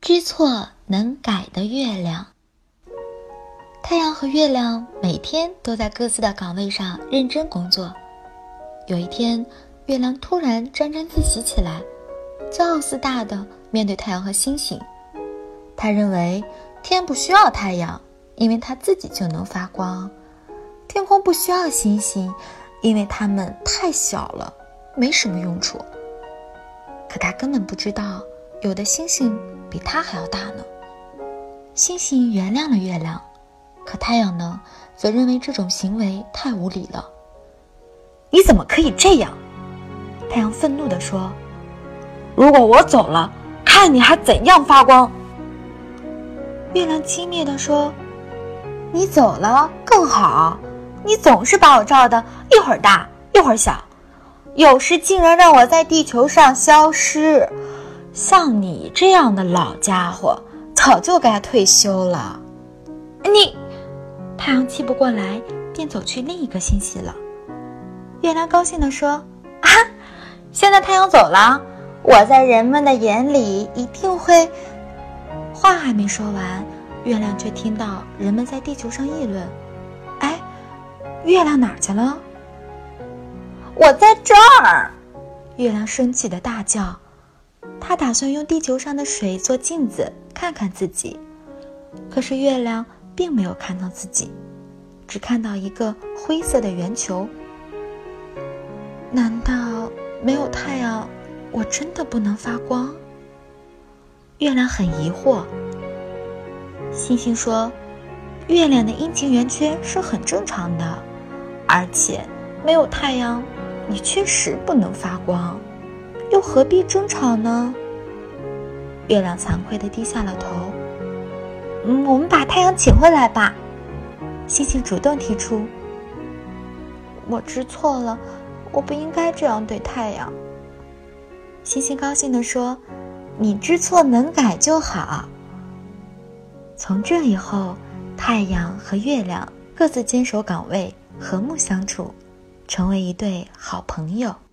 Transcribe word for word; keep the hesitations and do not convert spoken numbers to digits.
知错能改的月亮。太阳和月亮每天都在各自的岗位上认真工作。有一天，月亮突然沾沾自喜起来，骄傲自大地面对太阳和星星。他认为天不需要太阳，因为它自己就能发光；天空不需要星星，因为它们太小了，没什么用处。可他根本不知道，有的星星比他还要大呢。星星原谅了月亮，可太阳呢，则认为这种行为太无理了。你怎么可以这样？太阳愤怒地说，如果我走了，看你还怎样发光。月亮轻蔑地说，你走了更好，你总是把我照得一会儿大一会儿小，有时竟然让我在地球上消失。像你这样的老家伙早就该退休了。你太阳气不过来，便走去另一个星系了。月亮高兴地说，啊，现在太阳走了，我在人们的眼里一定会……话还没说完，月亮却听到人们在地球上议论，哎，月亮哪儿去了？我在这儿！月亮生气地大叫，他打算用地球上的水做镜子，看看自己。可是月亮并没有看到自己，只看到一个灰色的圆球。难道没有太阳，我真的不能发光？月亮很疑惑。星星说，月亮的阴晴圆缺是很正常的，而且没有太阳，你确实不能发光，又何必争吵呢？月亮惭愧地低下了头。嗯，我们把太阳请回来吧。星星主动提出。我知错了，我不应该这样对太阳。星星高兴地说，你知错能改就好。从这以后，太阳和月亮各自坚守岗位，和睦相处，成为一对好朋友。